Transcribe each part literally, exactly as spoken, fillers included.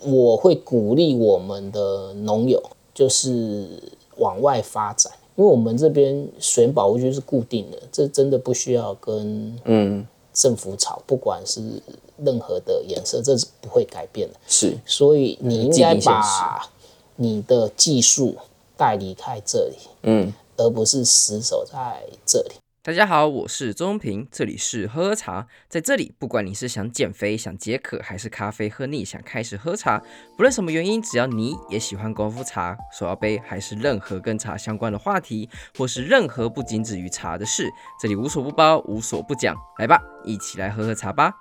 我会鼓励我们的农友就是往外发展，因为我们这边水源保护区是固定的，这真的不需要跟嗯政府吵，不管是任何的颜色，这是不会改变的。 是， 所以你应该把你的技术带离开这里，嗯，而不是死守在这里。 大家好，我是周中平，这里是喝喝茶。在这里，不管你是想减肥、想解渴，还是咖啡喝腻想开始喝茶，不论什么原因，只要你也喜欢功夫茶、手摇杯，还是任何跟茶相关的话题，或是任何不仅止于茶的事，这里无所不包，无所不讲。来吧，一起来喝喝茶吧。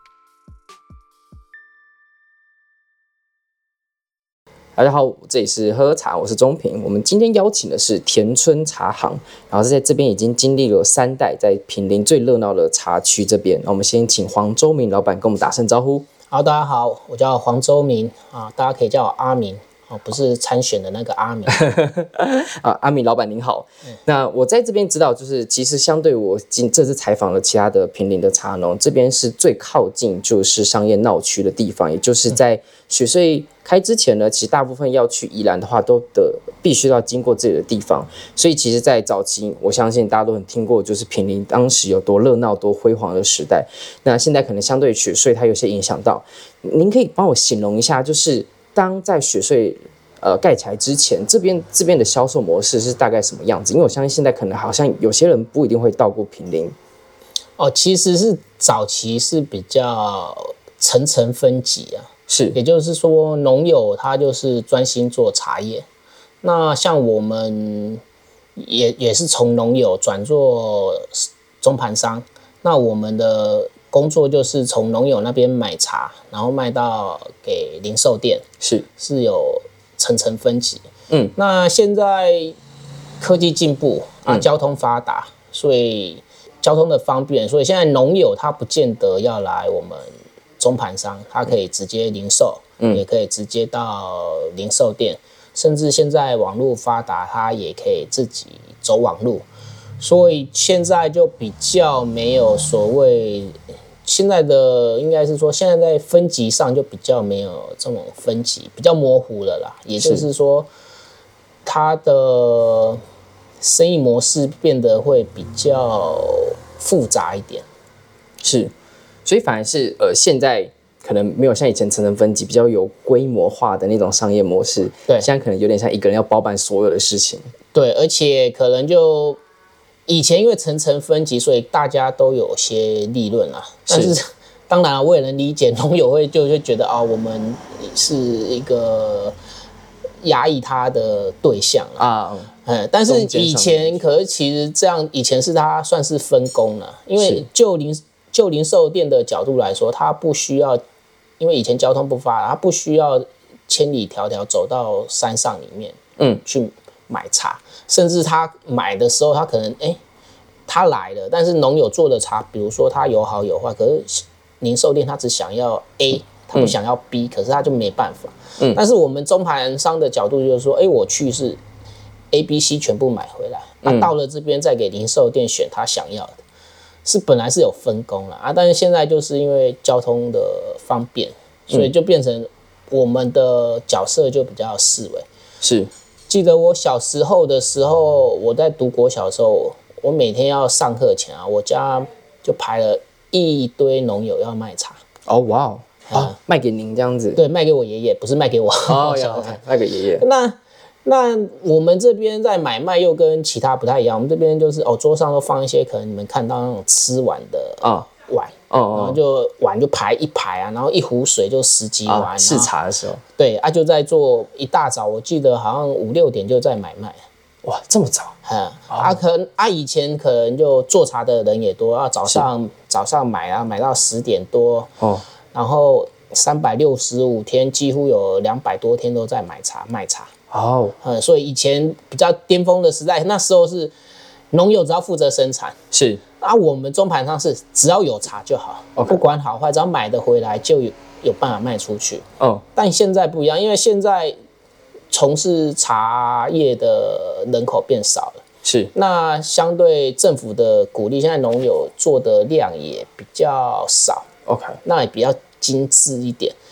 大家好，这里是喝喝茶，我是中平。我们今天邀请的是田村茶行，然后在这边已经经历了三代，在坪林最热闹的茶区这边。那我们先请黄周明老板跟我们打声招呼。 好，大家好，我叫黄周明啊，大家可以叫我阿明。哦，不是参选的那个阿明啊，阿明老板您好。嗯、那我在这边知道，就是其实相对我今这次采访了其他的坪林的茶农，这边是最靠近就是商业闹区的地方，也就是在雪隧开之前呢，其实大部分要去宜兰的话，都的必须要经过这里的地方。所以其实，在早期，我相信大家都很听过，就是坪林当时有多热闹、多辉煌的时代。那现在可能相对雪隧它有些影响到，您可以帮我形容一下，就是当在雪隧呃盖起来之前，这边这边的销售模式是大概什么样子？因为我相信现在可能好像有些人不一定会到过坪林。 哦，其实是早期是比较层层分级啊， 是， 也就是说农友他就是专心做茶叶，那像我们也也是从农友转做中盘商，那我们的工作就是从农友那边买茶，然后卖到给零售店， 是是有层层分级。嗯，那现在科技进步啊，交通发达，所以交通的方便，所以现在农友他不见得要来我们中盘商，他可以直接零售，嗯，也可以直接到零售店，甚至现在网络发达，他也可以自己走网路，所以现在就比较没有所谓。现在的应该是说，现在在分级上就比较没有这种分级，比较模糊了啦。也就是说，它的生意模式变得会比较复杂一点。 是，所以反而是呃，现在可能没有像以前层层分级，比较有规模化的那种商业模式。 对， 现在可能有点像一个人要包办所有的事情。 对，而且可能就。以前因为层层分级，所以大家都有些利润啦。但是当然我也能理解，农友会就就觉得啊、哦，我们是一个压抑他的对象啊。嗯，但是以前可是其实这样，以前是他算是分工了，因为就零就零售店的角度来说，他不需要，因为以前交通不发达，他不需要千里迢迢走到山上里面，嗯，去买茶。甚至他买的时候，他可能哎、欸，他来了，但是农友做的茶，比如说他有好有坏，可是零售店他只想要 A， 他不想要 B，、嗯、可是他就没办法。嗯，但是我们中盘商的角度就是说，哎、欸，我去是 A、B、C 全部买回来，那、嗯啊、到了这边再给零售店选他想要的，是本来是有分工了啊，但是现在就是因为交通的方便，所以就变成我们的角色就比较四维。 是。 记得我小时候的时候，我在读国小的时候，我每天要上课前啊，我家就排了一堆农友要卖茶。 哦，哇哦，啊，卖给您这样子？ 对，卖给我爷爷，不是卖给我。 哦，卖给爷爷。 那那我们这边在买卖又跟其他不太一样，我们这边就是哦，桌上都放一些可能你们看到那种吃碗的啊碗。哦哦，然后就碗就排一排啊，然后一壶水就十几碗。啊、 试茶的时候， 对啊，就在做一大早，我记得好像五六点就在买卖。 哇，这么早？ 嗯，哦、啊，可能啊，以前可能就做茶的人也多啊，早上早上买啊，买到十点多。哦，然后三百六十五天，几乎有两百多天都在买茶卖茶。哦，嗯，所以以前比较巅峰的时代，那时候是农友只要负责生产。 是。 啊，我们中盘商是只要有茶就好， okay. 不管好坏，只要买得回来就有有办法卖出去。哦，但现在不一样，因为现在从事茶叶的人口变少了， 是。 那相对政府的鼓励，现在农友做的量也比较少。 OK， 那也比较精致一点。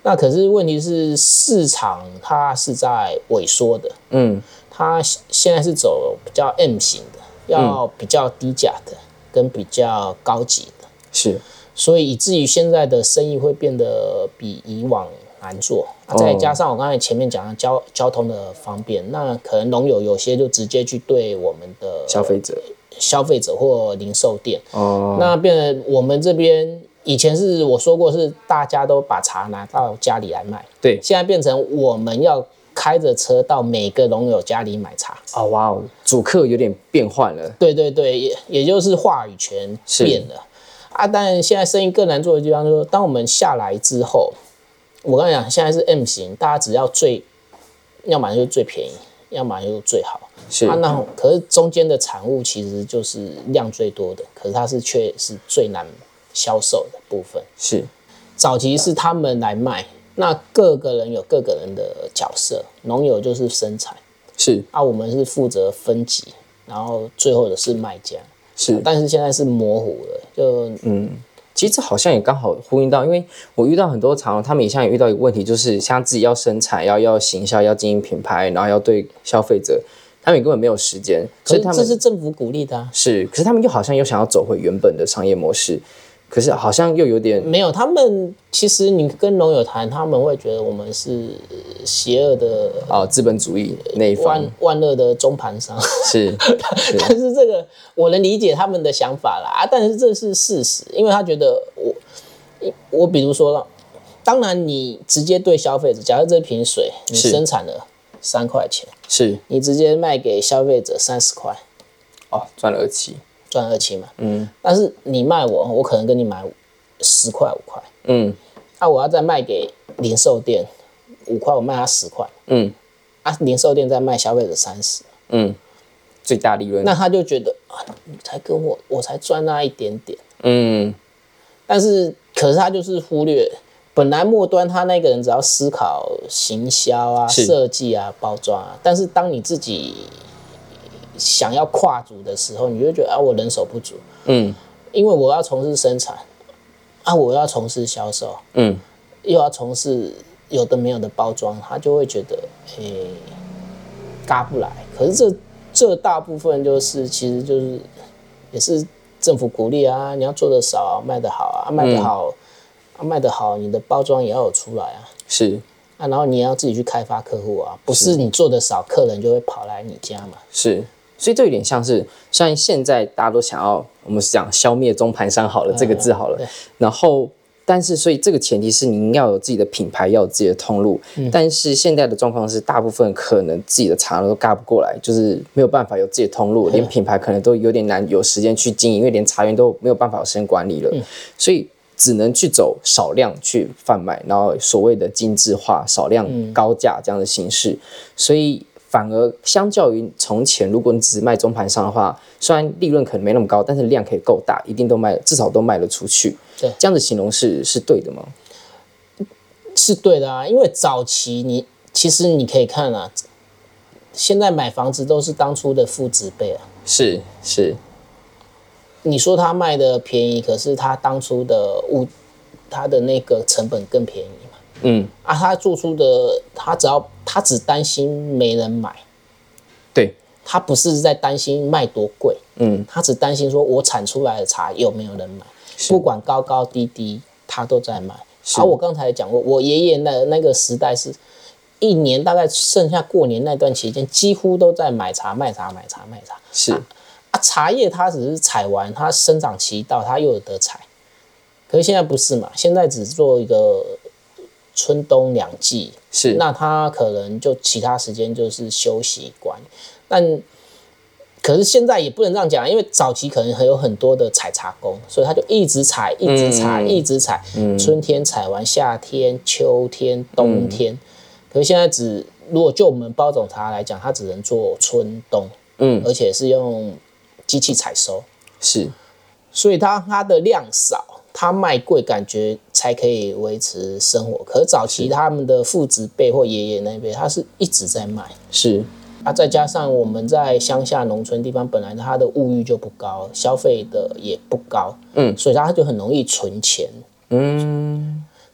那可是问题是市场它是在萎缩的， 嗯， 它现在是走比较 M 型的，要比较低价的，跟比较高级的， 是， 所以以至于现在的生意会变得比以往难做。啊、再加上我刚才前面讲的交交通的方便，那可能农友有些就直接去对我们的消费者、 消费者或零售店， 哦， 那变成我们这边。以前是我说过，是大家都把茶拿到家里来卖， 对， 现在变成我们要开着车到每个农友家里买茶。 哦，哇哦，主客有点变换了。 对对对，也也就是话语权变了啊。但现在生意更难做的地方就是说，当我们下来之后，我刚才讲现在是 M 型，大家只要最，要么就是最便宜，要么就是最好。 是啊，那可是中间的产物其实就是量最多的，可是它是却是最难销售的部分。 是， 早期是他们来卖，那各个人有各个人的角色，农友就是生产， 是啊，我们是负责分级，然后最后的是卖家， 是， 但是现在是模糊了，就嗯。其实这好像也刚好呼应到，因为我遇到很多厂商，他们也像也遇到一个问题，就是像自己要生产、要要行销、要经营品牌，然后要对消费者，他们也根本没有时间。 可是他们这是政府鼓励的啊。 是，可是他们又好像又想要走回原本的商业模式，可是好像又有点没有。他们其实你跟农友谈，他们会觉得我们是邪恶的啊资本主义那一方万万恶的中盘商。 是，是但是这个我能理解他们的想法啦啊，但是这是事实，因为他觉得我我比如说了，当然你直接对消费者，假设这瓶水你生产了三块钱， 是你直接卖给消费者三十块， 哦，赚了二七， 赚二七嘛， 嗯， 但是你卖我，我可能跟你买十块五块， 嗯， 那、啊、我要再卖给零售店五块，我卖他十块， 嗯， 啊，零售店再卖消费者三十， 嗯，最大利润， 那他就觉得啊，你才跟我，我才赚那一点点， 嗯， 但是可是他就是忽略，本来末端他那个人只要思考行销啊、设计啊、包装啊，但是当你自己想要跨足的时候，你就会觉得啊，我人手不足， 嗯， 因为我要从事生产，啊，我要从事销售， 嗯， 又要从事有的没有的包装，他就会觉得诶，嘎不来。可是这这大部分就是其实就是也是政府鼓励啊，你要做得少，卖得好啊，卖得好，嗯、啊卖得好，你的包装也要有出来啊， 是啊，然后你也要自己去开发客户啊，不是你做得少，客人就会跑来你家嘛， 是。所以这有点像是，虽然现在大家都想要我们讲消灭中盘商好了、嗯、这个字好了，然后但是所以这个前提是您要有自己的品牌，要有自己的通路、嗯、但是现在的状况是大部分可能自己的茶都嘎不过来，就是没有办法有自己的通路，连品牌可能都有点难有时间去经营，因为连茶园都没有办法有时间管理了、嗯、所以只能去走少量去贩卖，然后所谓的精致化少量高价这样的形式、嗯、所以反而相较于从前，如果你只是卖中盘商的话，虽然利润可能没那么高，但是量可以够大，一定都卖，至少都卖得出去。 对， 这样的形容是是对的吗？ 是对的啊，因为早期你其实你可以看啊，现在买房子都是当初的父执辈啊。 是是， 你说他卖的便宜，可是他当初的物，他的那个成本更便宜。 嗯啊，他做出的，他只要他只担心没人买， 对， 他不是在担心卖多贵， 嗯， 他只担心说我产出来的茶有没有人买，不管高高低低，他都在卖。而、啊、我刚才讲过，我爷爷那那个时代是一年大概剩下过年那段期间，几乎都在买茶、卖茶、买茶、卖茶。 是啊, 啊，茶叶它只是采完，它生长期到，它又有得采。可是现在不是嘛？现在只做一个春冬两季， 是那他可能就其他时间就是休息管理，但可是现在也不能这样讲，因为早期可能还有很多的采茶工，所以他就一直采，一直采，嗯、一直采，嗯、春天采完，夏天、秋天、冬天。嗯、可是现在只如果就我们包种茶来讲，它只能做春冬，嗯，而且是用机器采收， 是， 所以它它的量少。他卖贵，感觉才可以维持生活。可是早期他们的父子辈或爷爷那辈，他是一直在卖。 是啊，再加上我们在乡下农村地方，本来他的物欲就不高，消费的也不高，嗯，所以他就很容易存钱。嗯，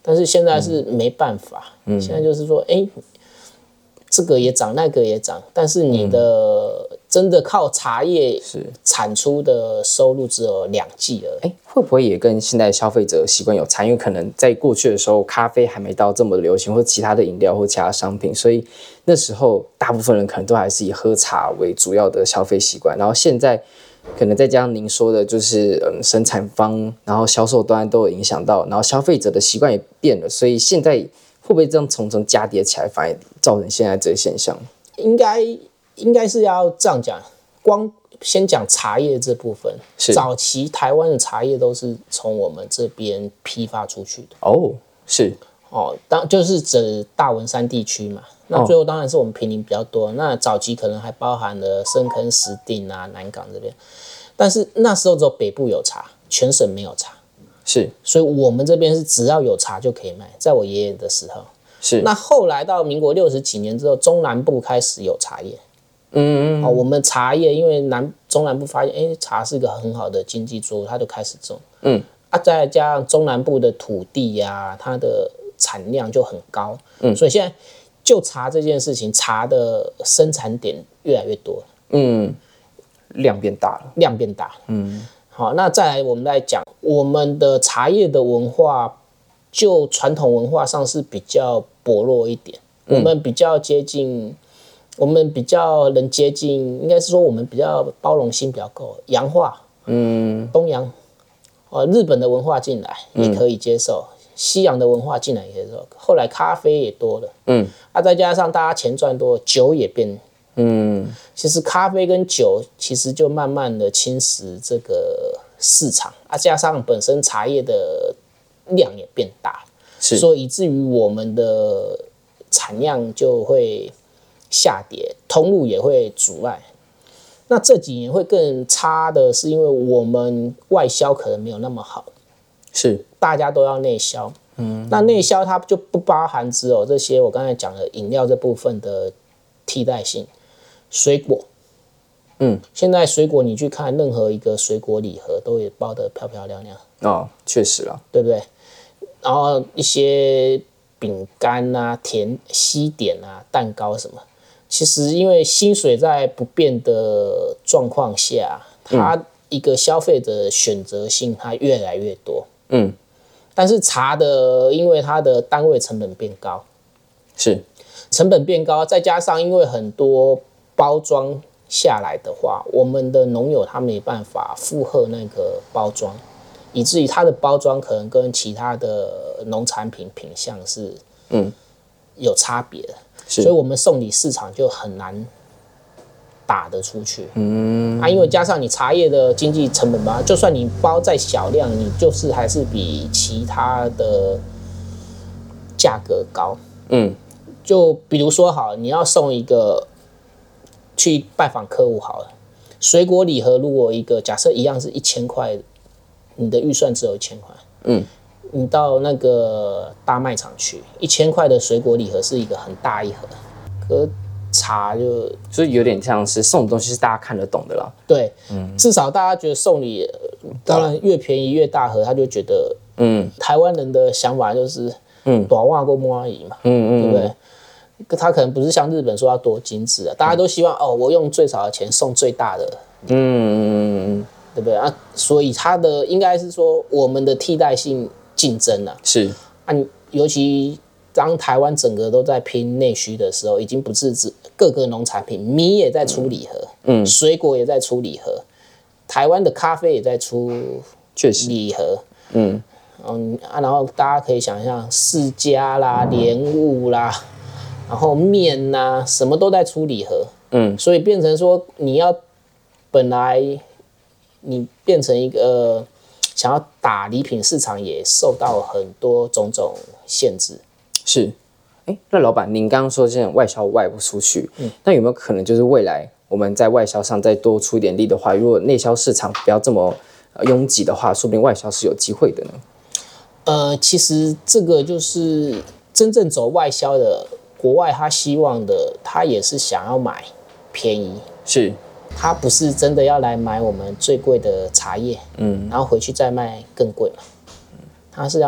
但是现在是没办法，嗯、现在就是说，哎、欸，这个也涨，那个也涨，但是你的真的靠茶叶产出的收入只有两季而已。 哎，会不会也跟现在消费者习惯有差？因为可能在过去的时候，咖啡还没到这么流行，或其他的饮料或其他商品，所以那时候大部分人可能都还是以喝茶为主要的消费习惯。然后现在可能再加上您说的，就是嗯，生产方，然后销售端都有影响到，然后消费者的习惯也变了，所以现在会不会这样重重加叠起来，反而造成现在这个现象？ 应该应该是要这样讲，光先讲茶叶这部分，早期台湾的茶叶都是从我们这边批发出去的。 哦，是哦，当就是指大文山地区嘛。那最后当然是我们坪林比较多，哦、那早期可能还包含了深坑、石碇啊、南港这边，但是那时候只有北部有茶，全省没有茶。 是， 所以我们这边是只要有茶就可以卖，在我爷爷的时候是。 那后来到民国六十几年之后，中南部开始有茶叶。嗯嗯、哦，我们茶叶因为南中南部发现，哎，茶是一个很好的经济作物，他就开始种。嗯，啊，再加上中南部的土地呀、啊，它的产量就很高。嗯，所以现在就茶这件事情，茶的生产点越来越多了。 嗯，量变大了， 量变大了。嗯。好，那再来我们来讲我们的茶叶的文化，就传统文化上是比较薄弱一点，嗯、我们比较接近，我们比较能接近，应该是说我们比较包容心比较够，洋化，嗯，东洋，呃，日本的文化进来也可以接受，嗯、西洋的文化进来也可以接受，后来咖啡也多了，嗯，啊，再加上大家钱赚多，酒也变。嗯，其实咖啡跟酒其实就慢慢的侵蚀这个市场啊，加上本身茶叶的量也变大，所以以至于我们的产量就会下跌，通路也会阻碍。那这几年会更差的是，因为我们外销可能没有那么好， 是大家都要内销。嗯，那内销它就不包含只有这些我刚才讲的饮料这部分的替代性。水果，嗯，现在水果你去看任何一个水果礼盒，都也包得漂漂亮亮。 哦，确实啦， 对不对？然后一些饼干啊、甜西点啊、蛋糕什么，其实因为薪水在不变的状况下，它一个消费者选择性它越来越多。嗯，但是茶的，因为它的单位成本变高， 是成本变高，再加上因为很多包装下来的话，我们的农友他没办法负荷那个包装，以至于它的包装可能跟其他的农产品品项是嗯有差别的，所以我们送礼市场就很难打得出去。嗯，啊，因为加上你茶叶的经济成本吧，就算你包再小量，你就是还是比其他的价格高。嗯，就比如说好，你要送一个。去拜访客户好了，水果礼盒如果一个假设一样是一千块，你的预算只有一千块，嗯，你到那个大卖场去，一千块的水果礼盒是一个很大一盒，可茶就所以有点像是送的东西是大家看得懂的啦， 对，嗯，至少大家觉得送礼，当然越便宜越大盒，他就觉得，嗯，台湾人的想法就是，嗯，短袜过摸阿姨嘛，嗯嗯，对不对？他可能不是像日本说要多精致啊，大家都希望哦，我用最少的钱送最大的，嗯，对不对啊？所以它的应该是说我们的替代性竞争啊， 是啊，尤其当台湾整个都在拼内需的时候，已经不是指各个农产品，米也在出礼盒，嗯，水果也在出礼盒，台湾的咖啡也在出礼盒，嗯嗯啊，然后大家可以想象世家啦、莲雾啦。然后面呐、啊，什么都在出礼盒，嗯，所以变成说你要本来你变成一个、呃、想要打礼品市场，也受到很多种种限制。 是，哎，那老板，您刚刚说现在外销外不出去，嗯，那有没有可能就是未来我们在外销上再多出一点力的话，如果内销市场不要这么拥挤的话，说不定外销是有机会的呢？ 呃，其实这个就是真正走外销的。国外他希望的，他也是想要买便宜， 是， 他不是真的要来买我们最贵的茶叶，嗯，然后回去再卖更贵嘛，他是要买比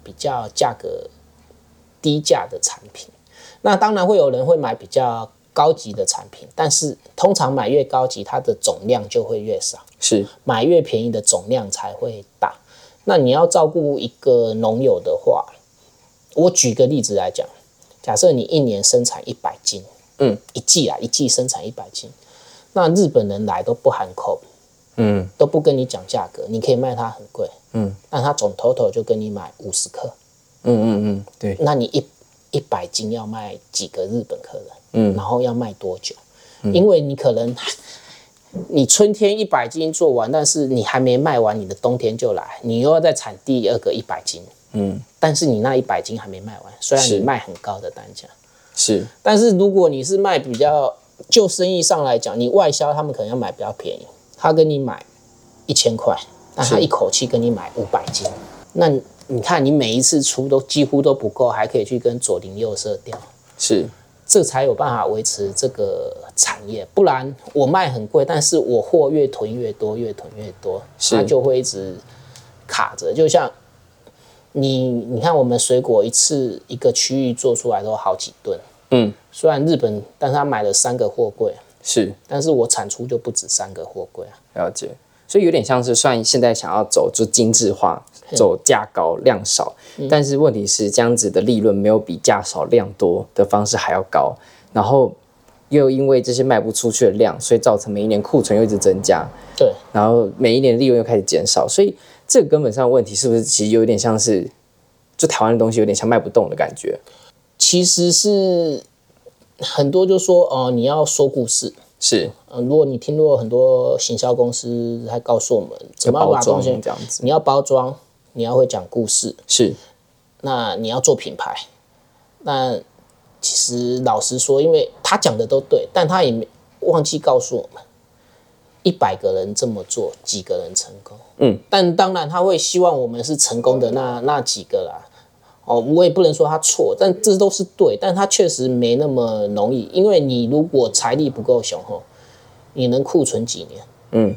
比较价格低价的产品。那当然会有人会买比较高级的产品，但是通常买越高级，它的总量就会越少。 是买越便宜的总量才会大。那你要照顾一个农友的话，我举个例子来讲，假设你一年生产一百斤， 嗯， 一季啊，一季生产一百斤，那日本人来都不含扣， 嗯， 都不跟你讲价格，你可以卖它很贵， 嗯， 那他总 total 就跟你买五十克， 嗯嗯嗯，对， 那你一一百斤要卖几个日本客人？ 嗯， 然后要卖多久？嗯、因为你可能你春天一百斤做完，但是你还没卖完，你的冬天就来，你又要再产第二个一百斤， 嗯， 但是你那一百斤还没卖完，虽然你卖很高的单价， 是， 但是如果你是卖比较就生意上来讲，你外销他们可能要买比较便宜，他跟你买一千块，但他一口气跟你买五百斤，那你看你每一次出都几乎都不够，还可以去跟左邻右舍调， 是。 这才有办法维持这个产业，不然我卖很贵，但是我货越囤越多，越囤越多，它就会一直卡着。就像你，你看我们水果一次一个区域做出来都好几吨，嗯，虽然日本，但是他买了三个货柜， 是， 但是我产出就不止三个货柜啊。 了解，所以有点像是算现在想要走就精致化，走价高量少，嗯、但是问题是这样子的利润没有比价少量多的方式还要高，然后又因为这些卖不出去的量，所以造成每一年库存又一直增加， 对， 然后每一年利润又开始减少，所以这个根本上的问题是不是其实有点像是，就台湾的东西有点像卖不动的感觉？ 其实是很多就说哦、呃，你要说故事。 是， 嗯，如果你听过很多行销公司还告诉我们怎么把东西这样子， 你要包装，你要会讲故事， 是， 那你要做品牌。那其实老实说，因为他讲的都对，但他也忘记告诉我们，一百个人这么做，几个人成功？嗯，但当然他会希望我们是成功的那那几个啦。哦，我也不能说他错，但这都是对，但他确实没那么容易，因为你如果财力不够雄厚，你能库存几年？嗯，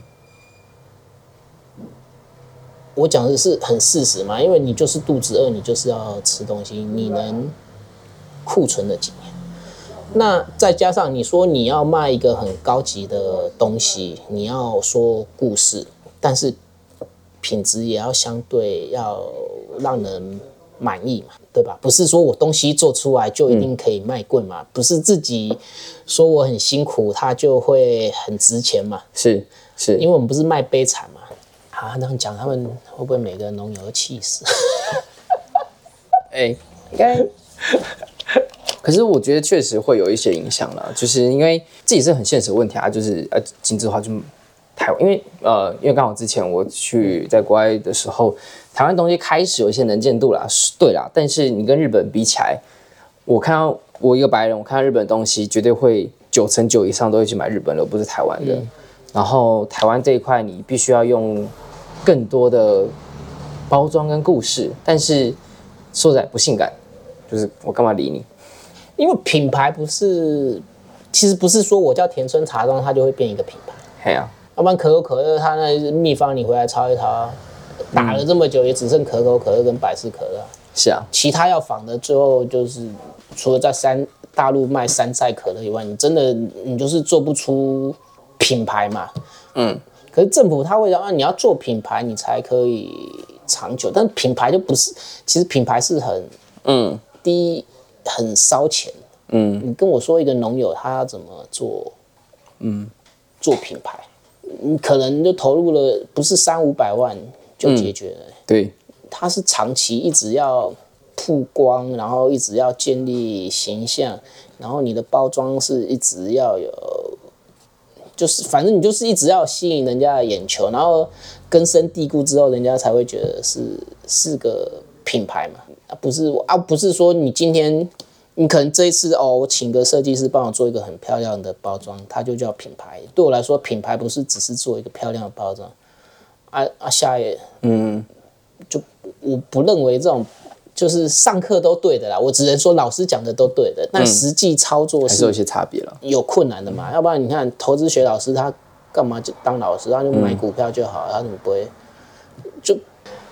我讲的是很事实嘛，因为你就是肚子饿，你就是要吃东西，你能库存了几年？那再加上你说你要卖一个很高级的东西，你要说故事，但是品质也要相对要让人满意嘛，对吧？不是说我东西做出来就一定可以卖贵嘛，嗯、不是自己说我很辛苦，它就会很值钱嘛。 是是， 因为我们不是卖悲惨嘛。啊，那样讲，他们会不会每个农友都气死？ 哎、欸，应该。可是我觉得确实会有一些影响啦，就是因为这也是很现实的问题啊，就是呃，精致化就台湾，因为呃，因为刚好之前我去在国外的时候。台湾东西开始有一些能见度啦，对啦，但是你跟日本比起来，我看到我一个白人，我看到日本的东西，绝对会九成九以上都会去买日本的，而不是台湾的。嗯、然后台湾这一块，你必须要用更多的包装跟故事，但是说实在不性感，就是我干嘛理你？ 因为品牌不是，其实不是说我叫田村茶庄，它就会变一个品牌。 嘿啊， 要不然可口可乐它那秘方你回来抄一抄。打了这么久，也只剩可口可乐跟百事可乐。 是啊， 其他要仿的，最后就是除了在山大陆卖山寨可乐以外，你真的你就是做不出品牌嘛。嗯。可是政府他会让你要做品牌，你才可以长久。但品牌就不是，其实品牌是很嗯，第一很烧钱。嗯。你跟我说一个农友他要怎么做，嗯，做品牌，你可能就投入了不是三五百万。就解决了、欸嗯。对，它是长期一直要曝光，然后一直要建立形象，然后你的包装是一直要有，就是反正你就是一直要吸引人家的眼球，然后根深蒂固之后，人家才会觉得是是个品牌嘛，啊不是啊不是说你今天你可能这一次哦，我请个设计师帮我做一个很漂亮的包装，它就叫品牌。对我来说，品牌不是只是做一个漂亮的包装。啊啊！下也，嗯，就我不认为这种就是上课都对的啦，我只能说老师讲的都对的，但实际操作是还是有一些差别了， 有困难的嘛。嗯、要不然你看投资学老师他干嘛就当老师，他就买股票就好，他怎么不会？就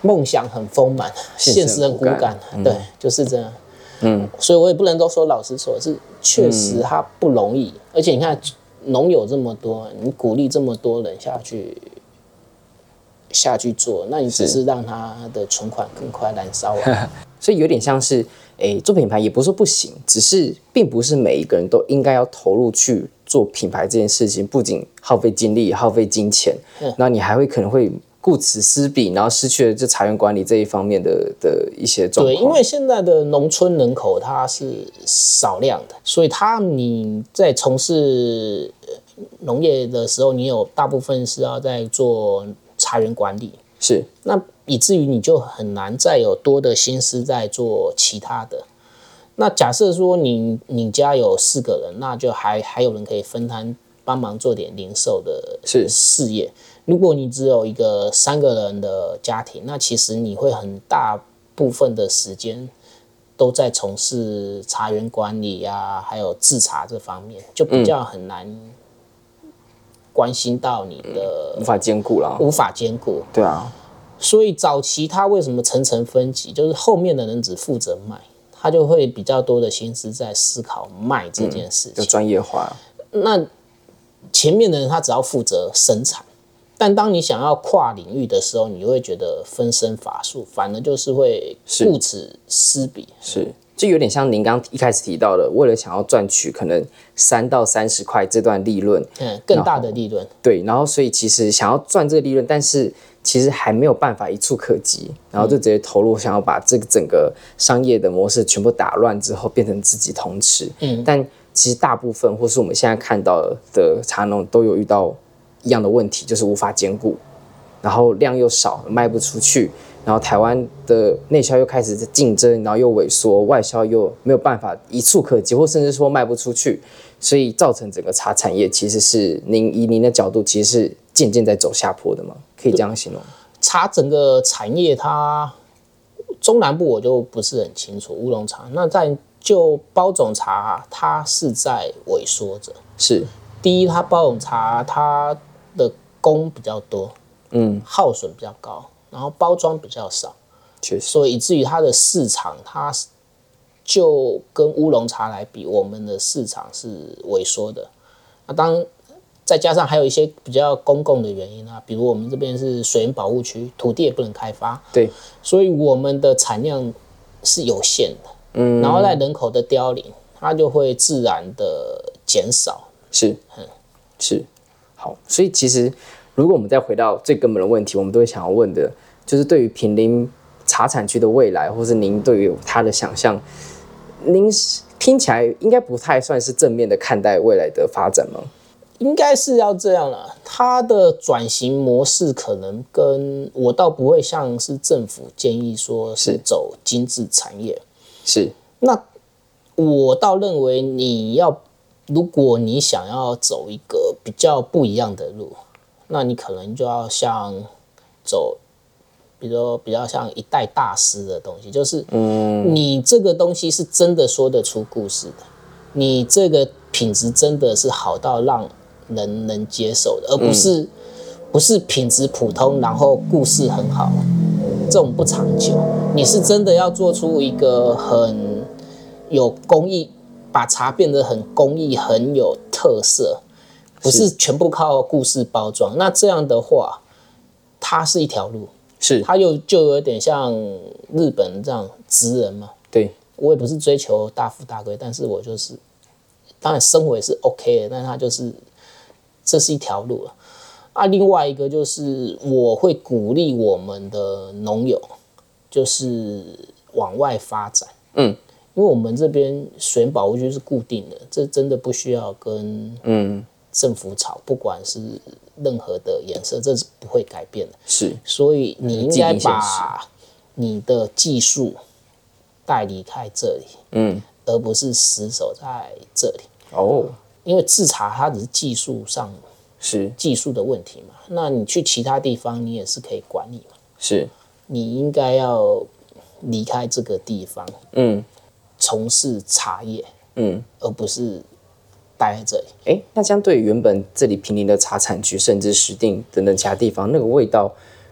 梦想很丰满，现实很骨感，嗯、对，就是这样。嗯，所以我也不能都说老实说，是确实它不容易，嗯、而且你看农友这么多，你鼓励这么多人下去下去做，那你只是让他的存款更快燃烧完。 所以有点像是，诶，做品牌也不是说不行，只是并不是每一个人都应该要投入去做品牌这件事情，不仅耗费精力、耗费金钱，嗯、那你还会可能会顾此失彼，然后失去了就茶园管理这一方面的的一些状况。 对，因为现在的农村人口它是少量的，所以他你在从事农业的时候，你有大部分是要在做茶园管理， 是那以至于你就很难再有多的心思在做其他的。那假设说你你家有四个人，那就还还有人可以分摊帮忙做点零售的事业。如果你只有一个三个人的家庭，那其实你会很大部分的时间都在从事茶园管理啊，还有制茶这方面，就比较很难关心到你的、 嗯、无法兼顾了， 无法兼顾。 对啊， 所以早期他为什么层层分级，就是后面的人只负责卖，他就会比较多的心思在思考卖这件事情， 嗯、就专业化。 那前面的人他只要负责生产。但当你想要跨领域的时候，你会觉得分身乏术，反而就是会顾此失彼。 是，就有点像您刚刚一开始提到的，为了想要赚取可能三到三十块这段利润， 嗯，更大的利润。 对，然后所以其实想要赚这个利润，但是其实还没有办法一触可及，然后就直接投入，想要把这个整个商业的模式全部打乱之后，变成自己通吃。嗯，但其实大部分或是我们现在看到的茶农都有遇到一样的问题，就是无法兼顾，然后量又少，卖不出去，然后台湾的内销又开始竞争，然后又萎缩，外销又没有办法一触可及，或甚至说卖不出去，所以造成整个茶产业其实是您以您的角度，其实是渐渐在走下坡的吗？可以这样形容？ 茶整个产业它中南部我就不是很清楚，乌龙茶那在就包种茶，它是在萎缩着。 是， 第一，它包种茶它的工比较多，嗯，耗损比较高，然后包装比较少， 确实， 所以以至于它的市场，它就跟乌龙茶来比，我们的市场是萎缩的。那当再加上还有一些比较公共的原因啊，比如我们这边是水源保护区，土地也不能开发， 对， 所以我们的产量是有限的，嗯，然后在人口的凋零，它就会自然的减少， 是，嗯，是。好，所以其实如果我们再回到最根本的问题，我们都会想要问的，就是对于坪林茶产区的未来，或是您对于它的想象，您听起来应该不太算是正面的看待未来的发展吗？ 应该是要这样啦，它的转型模式可能跟我倒不会像是政府建议说是走精致产业， 是。 那我倒认为你要。如果你想要走一个比较不一样的路，那你可能就要像走，比如说比较像一代大师的东西，就是你这个东西是真的说得出故事的，你这个品质真的是好到让人能接受的，而不是、嗯、不是品质普通，然后故事很好，这种不长久。你是真的要做出一个很有工艺。把茶变得很工艺、很有特色，不是全部靠故事包装。那这样的话，它是一条路， 是它又就有点像日本这样职人嘛。 对， 我也不是追求大富大贵，但是我就是，当然生活也是 OK 的，但是它就是这是一条路了。啊，另外一个就是我会鼓励我们的农友，就是往外发展。嗯。因为我们这边水源保护区是固定的，这真的不需要跟政府吵，不管是任何的颜色，这是不会改变的。 是， 所以你应该把你的技术带离开这里，嗯，而不是死守在这里。哦，因为制茶它只是技术上是技术的问题嘛，那你去其他地方你也是可以管理嘛。 是， 你应该要离开这个地方，嗯。从事茶叶，嗯，而不是待在这里。 哎、欸，那相对于原本这里坪林的茶产区，甚至石碇等等其他地方，那个味道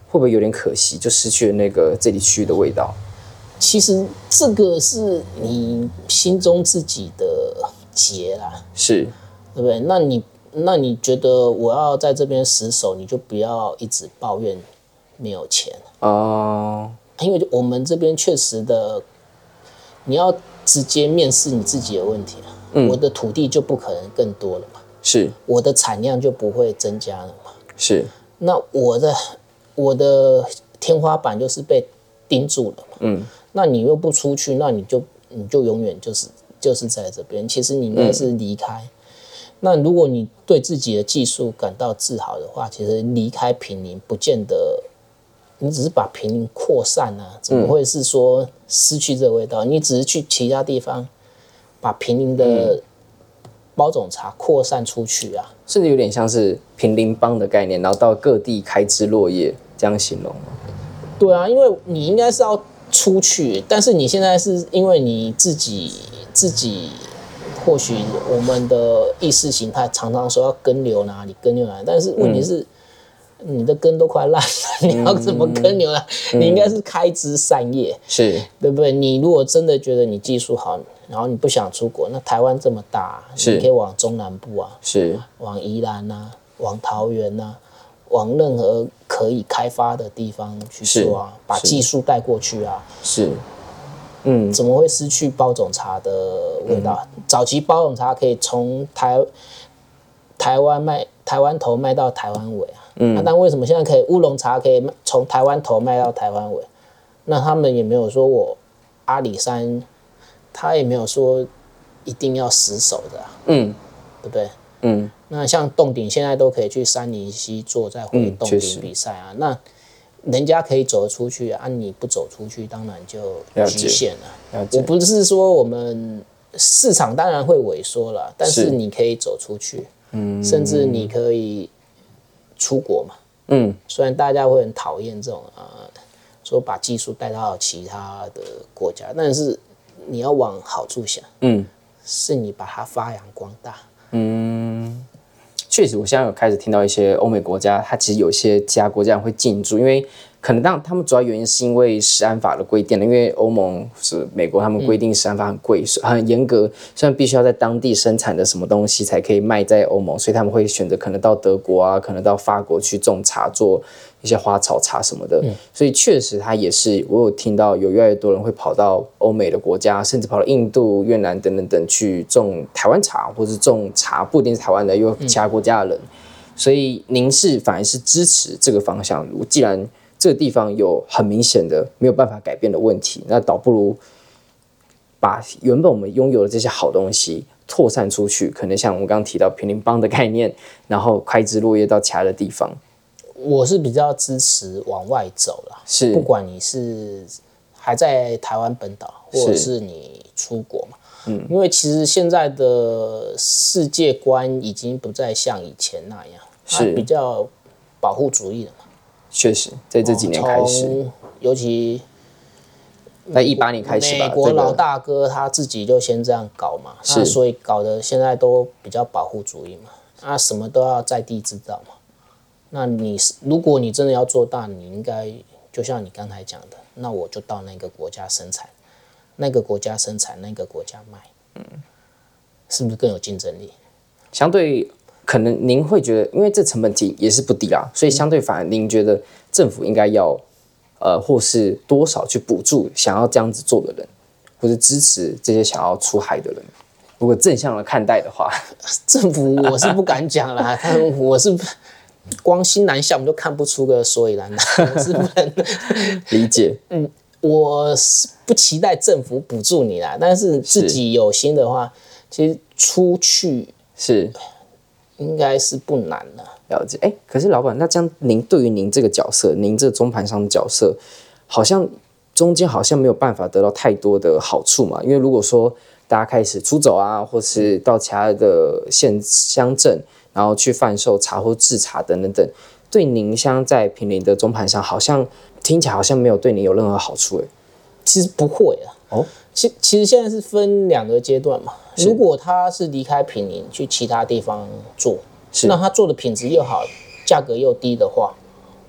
会不会有点可惜，就失去了那个这里区域的味道？ 其实这个是你心中自己的结啦， 是， 对不对？那你那你觉得我要在这边死守，你就不要一直抱怨没有钱哦， 因为我们这边确实的，你要直接面试你自己的问题啊。嗯、我的土地就不可能更多了嘛， 是， 我的产量就不会增加了嘛， 是。 那我的我的天花板就是被盯住了嘛，嗯，那你又不出去，那你就你就永远就是就是在这边。其实你应该是离开。嗯、那如果你对自己的技术感到自豪的话，其实离开坪林不见得。你只是把坪林扩散啊，怎么会是说失去这个味道？嗯、你只是去其他地方把坪林的包种茶扩散出去啊， 甚至有点像是坪林帮的概念，然后到各地开枝落叶，这样形容吗？ 对啊，因为你应该是要出去，但是你现在是因为你自己自己，或许我们的意识形态常常说要根留哪里根留哪里，但是问题是。嗯你的根都快烂了，你要怎么根牛呢？嗯、你应该是开枝散叶， 是对不对？你如果真的觉得你技术好，然后你不想出国，那台湾这么大，你可以往中南部啊， 是往宜兰啊，往桃园啊，往任何可以开发的地方去做啊，把技术带过去啊。 是，嗯， 怎么会失去包种茶的味道？嗯、早期包种茶可以从台台湾卖台湾头卖到台湾尾啊。嗯啊、但为什么现在可以乌龙茶可以从台湾头卖到台湾尾？那他们也没有说我阿里山，他也没有说一定要死守的、啊，嗯，对不对？嗯，那像冻顶现在都可以去杉林溪做再回冻顶比赛啊，嗯、那人家可以走得出去啊，你不走出去，当然就局限了。了我不是说我们市场当然会萎缩了，但是你可以走出去，嗯，甚至你可以。出国嘛，嗯，虽然大家会很讨厌这种呃，说把技术带到其他的国家，但是你要往好处想，嗯，是你把它发扬光大， 嗯，确实，我现在有开始听到一些欧美国家，它其实有一些其他国家会进驻，因为可能当他们主要原因是因为食安法的规定，因为欧盟是美国，他们规定食安法很贵，嗯、很严格，虽然必须要在当地生产的什么东西才可以卖在欧盟，所以他们会选择可能到德国啊，可能到法国去种茶，做一些花草茶什么的。嗯、所以确实，它也是我有听到有越来越多人会跑到欧美的国家，甚至跑到印度、越南等等等去种台湾茶，或是种茶，不一定是台湾的，有其他国家的人。嗯、所以您是反而是支持这个方向，既然这个地方有很明显的没有办法改变的问题，那倒不如把原本我们拥有的这些好东西扩散出去，可能像我们刚刚提到坪林帮的概念，然后开枝落叶到其他的地方。 我是比较支持往外走啦， 是不管你是还在台湾本岛，或者是你出国嘛，嗯，因为其实现在的世界观已经不再像以前那样，是比较保护主义了嘛。 确实，在这几年开始， 哦、尤其在一八年开始吧， 美国老大哥他自己就先这样搞嘛，那所以搞得现在都比较保护主义嘛，啊，什么都要在地制造嘛。那你如果你真的要做大，你应该就像你刚才讲的，那我就到那个国家生产，那个国家生产，那个国家卖，嗯，是不是更有竞争力？ 相对。可能您会觉得，因为这成本题也是不低啦，所以相对反而您觉得政府应该要，呃，或是多少去补助想要这样子做的人，或是支持这些想要出海的人。如果正向的看待的话， 政府我是不敢讲啦，但我是光新南向我们都看不出个所以然来，我是不能理解。 嗯，我是不期待政府补助你啦，但是自己有心的话，其实出去是。 应该是不难了。 了解，哎，可是老板，那这样您对于您这个角色，您这中盘商的角色，好像中间好像没有办法得到太多的好处嘛？因为如果说大家开始出走啊，或是到其他的县乡镇，然后去贩售茶或制茶等等等，对您像在坪林的中盘商，好像听起来好像没有对您有任何好处哎。 其实不会啊。哦。其其实现在是分两个阶段嘛。如果他是离开坪林去其他地方做，那他做的品质又好，价格又低的话，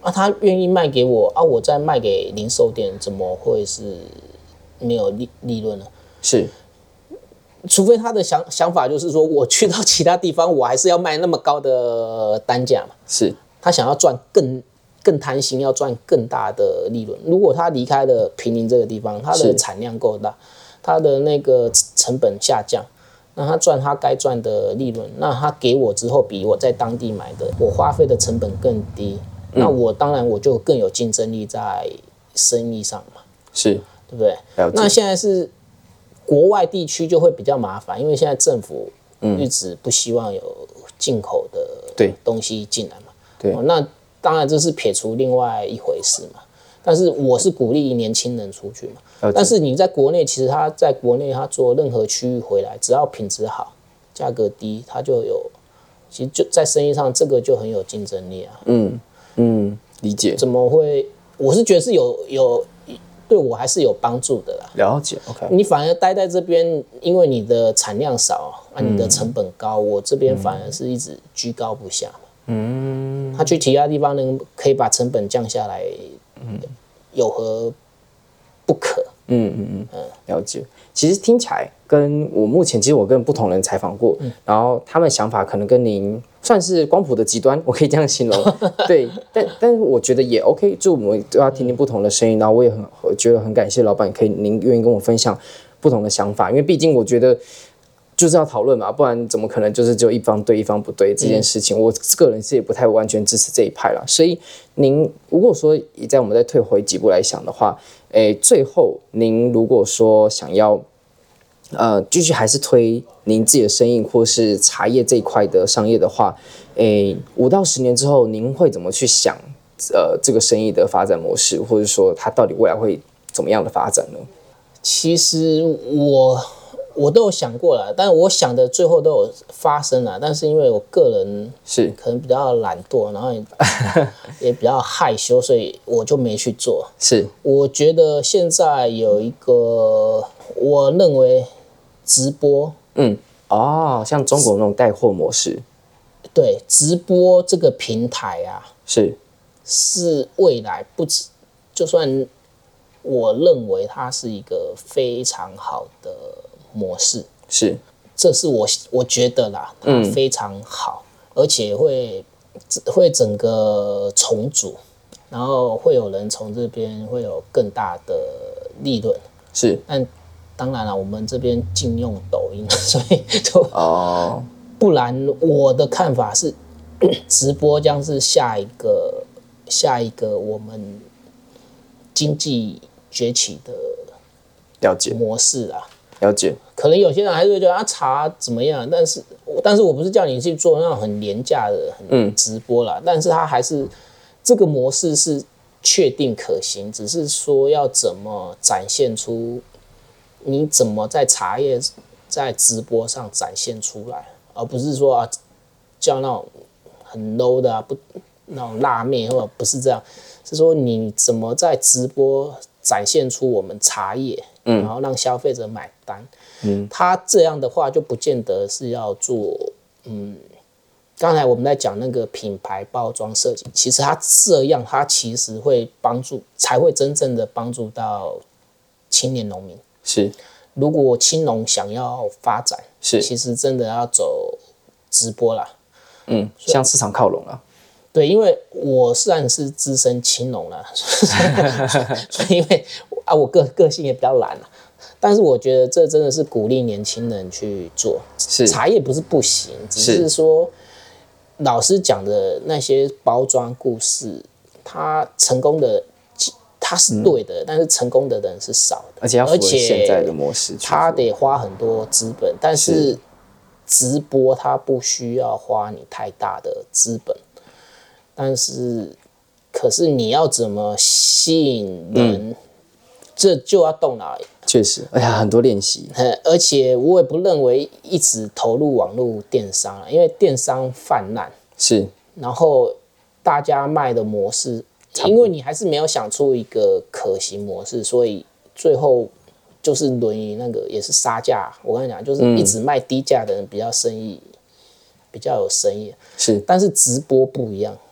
啊，他愿意卖给我啊，我再卖给零售店，怎么会是没有利利润呢？ 是， 除非他的想想法就是说，我去到其他地方，我还是要卖那么高的单价嘛。 是， 他想要赚更更贪心，要赚更大的利润。如果他离开了坪林这个地方，他的产量够大，他的那个成本下降。那他赚他该赚的利润，那他给我之后比我在当地买的，我花费的成本更低，嗯、那我当然我就更有竞争力在生意上嘛， 是， 对不对？那现在是国外地区就会比较麻烦，因为现在政府一直不希望有进口的东西进来嘛， 对， 哦、那当然这是撇除另外一回事嘛。但是我是鼓励年轻人出去嘛，但是你在国内，其实他在国内他做任何区域回来，只要品质好、价格低，他就有，其实就在生意上这个就很有竞争力啊。 嗯嗯，理解。 怎么会？我是觉得是有有对我还是有帮助的啦。 了解 ，OK。 你反而待在这边，因为你的产量少啊，你的成本高，嗯、我这边反而是一直居高不下嘛。嗯，他去其他地方能可以把成本降下来。嗯，有何不可？ 嗯嗯嗯嗯，了解。其实听起来跟我目前，其实我跟不同人采访过，嗯、然后他们想法可能跟您算是光谱的极端，我可以这样形容。对，但但是我觉得也 OK， 就我们都要听听不同的声音，然后我也很我觉得很感谢老板，可以您愿意跟我分享不同的想法，因为毕竟我觉得。就是要讨论嘛，不然怎么可能就是只有一方对一方不对这件事情？嗯、我个人是也不太完全支持这一派啦。所以您如果说在我们再退回几步来想的话，诶，最后您如果说想要呃继续还是推您自己的生意或是茶叶这一块的商业的话，诶，五到十年之后您会怎么去想？呃，这个生意的发展模式，或者说它到底未来会怎么样的发展呢？ 其实我。我都有想过了，但我想的最后都有发生了，但是因为我个人是可能比较懒惰，然后 也, 也比较害羞，所以我就没去做。 是， 我觉得现在有一个，我认为直播， 嗯，哦，像中国那种带货模式， 对，直播这个平台啊， 是是未来不止，就算我认为它是一个非常好的。模式是， 这是我我觉得啦，它非常好，嗯、而且会会整个重组，然后会有人从这边会有更大的利润。 是， 但当然了，我们这边禁用抖音，所以就哦， 不然我的看法是，直播将是下一个下一个我们经济崛起的了解模式啊。 了解， 可能有些人还是会觉得啊茶怎么样，但是但是我不是叫你去做那种很廉价的很直播啦，嗯、但是它还是这个模式是确定可行，只是说要怎么展现出你怎么在茶叶在直播上展现出来，而不是说啊叫那种很 low 的啊不那种辣妹或者不是这样，是说你怎么在直播展现出我们茶叶。嗯、然后让消费者买单，嗯，他这样的话就不见得是要做，嗯，刚才我们在讲那个品牌包装设计，其实他这样，他其实会帮助，才会真正的帮助到青年农民。 是， 如果青农想要发展， 是， 其实真的要走直播啦， 嗯，向市场靠拢了。 对，因为我虽然是资深青农了，所以因为啊，我个个性也比较懒啊，但是我觉得这真的是鼓励年轻人去做。 是茶叶不是不行，只是说老师讲的那些包装故事，它成功的它是对的，嗯、但是成功的人是少的， 而且要符合现在的模式， 它得花很多资本，但是直播它不需要花你太大的资本。但是，可是你要怎么吸引人，嗯、这就要动脑。 确实，而且很多练习。 而且我也不认为一直投入网络电商了，因为电商泛滥。 是。 然后大家卖的模式，因为你还是没有想出一个可行模式，所以最后就是沦于那个也是杀价。我跟你讲，就是一直卖低价的人比较生意，嗯、比较有生意。 是。 但是直播不一样。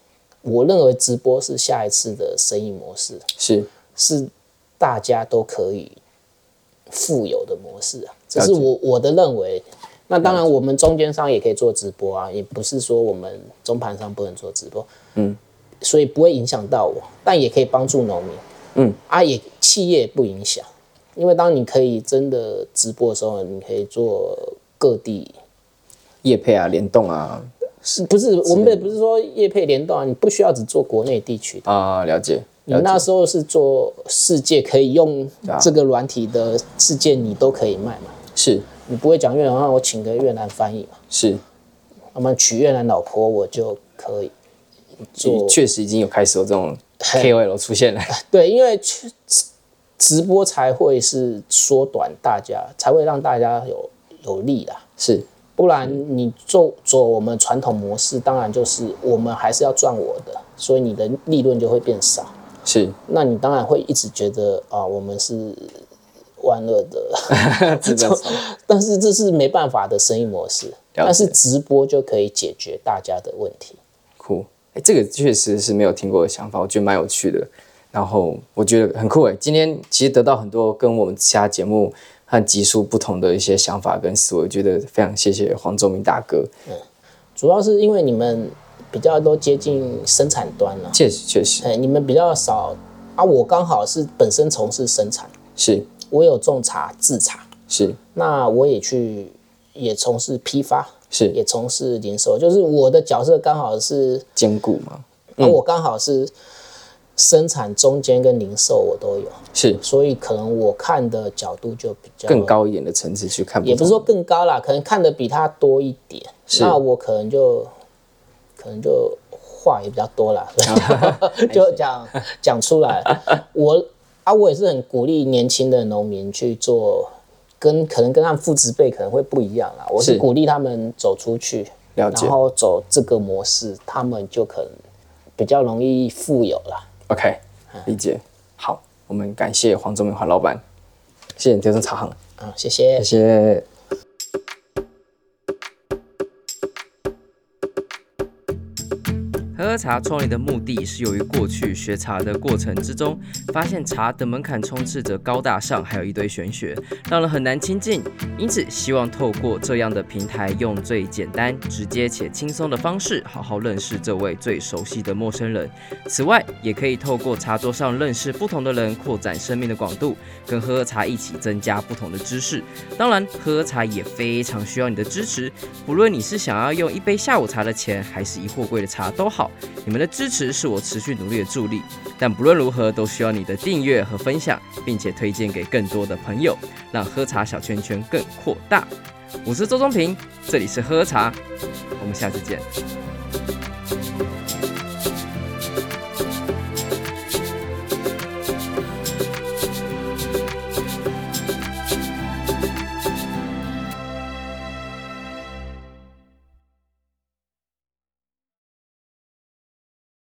我认为直播是下一次的生意模式， 是是大家都可以富有的模式啊，这是我我的认为。那当然，我们中间商也可以做直播啊，也不是说我们中盘商不能做直播，嗯，所以不会影响到我，但也可以帮助农民，嗯，啊也企业不影响，因为当你可以真的直播的时候，你可以做各地业配啊、联动啊， 是不是？我们也不是说业配联动啊，你不需要只做国内地区的啊，了解。 你那时候是做世界可以用这个软体的世界，你都可以卖嘛？ 是。 你不会讲越南话，我请个越南翻译嘛？ 是， 那么娶越南老婆，我就可以做。 确实已经有开始有这种 K O L 出现了。 对，因为直播才会是缩短大家，才会让大家有有利啦。 是， 不然你做做我们传统模式，当然就是我们还是要赚我的，所以你的利润就会变少。 是， 那你当然会一直觉得啊，我们是。万恶的但是这是没办法的生意模式。但是直播就可以解决大家的问题。 酷，哎，这个确实是没有听过的想法，我觉得蛮有趣的。然后我觉得很酷哎，今天其实得到很多跟我们其他节目和集数不同的一些想法跟思维，我觉得非常谢谢黄宗明大哥。 嗯，主要是因为你们比较都接近生产端了， 确实确实， 哎，你们比较少啊。我刚好是本身从事生产， 是。 我有种茶、制茶， 是。 那我也去也从事批发， 是， 也从事零售，就是我的角色刚好是兼顾嘛。 嗯，我刚好是生产、中间跟零售我都有， 是， 所以可能我看的角度就比较更高一点的层次去看， 也不是说更高啦，可能看的比他多一点。那我可能就可能就话也比较多啦，就讲讲出来。我。啊，我也是很鼓励年轻的农民去做，跟可能跟他们父执辈可能会不一样啦。我是鼓励他们走出去， 了解， 然后走这个模式，他们就可能比较容易富有啦。 OK， 理解。好，我们感谢黄宗明黄老板，谢谢你贴身茶行。 啊，谢谢， 谢谢。 喝喝茶创立的目的是由于过去学茶的过程之中，发现茶的门槛充斥着高大上，还有一堆玄学，让人很难亲近。因此，希望透过这样的平台，用最简单、直接且轻松的方式，好好认识这位最熟悉的陌生人。此外，也可以透过茶桌上认识不同的人，扩展生命的广度，跟喝喝茶一起增加不同的知识。当然，喝喝茶也非常需要你的支持，不论你是想要用一杯下午茶的钱，还是一货柜的茶都好。你们的支持是我持续努力的助力，但不论如何都需要你的订阅和分享，并且推荐给更多的朋友，让喝茶小圈圈更扩大。我是周中平，这里是喝茶，我们下次见。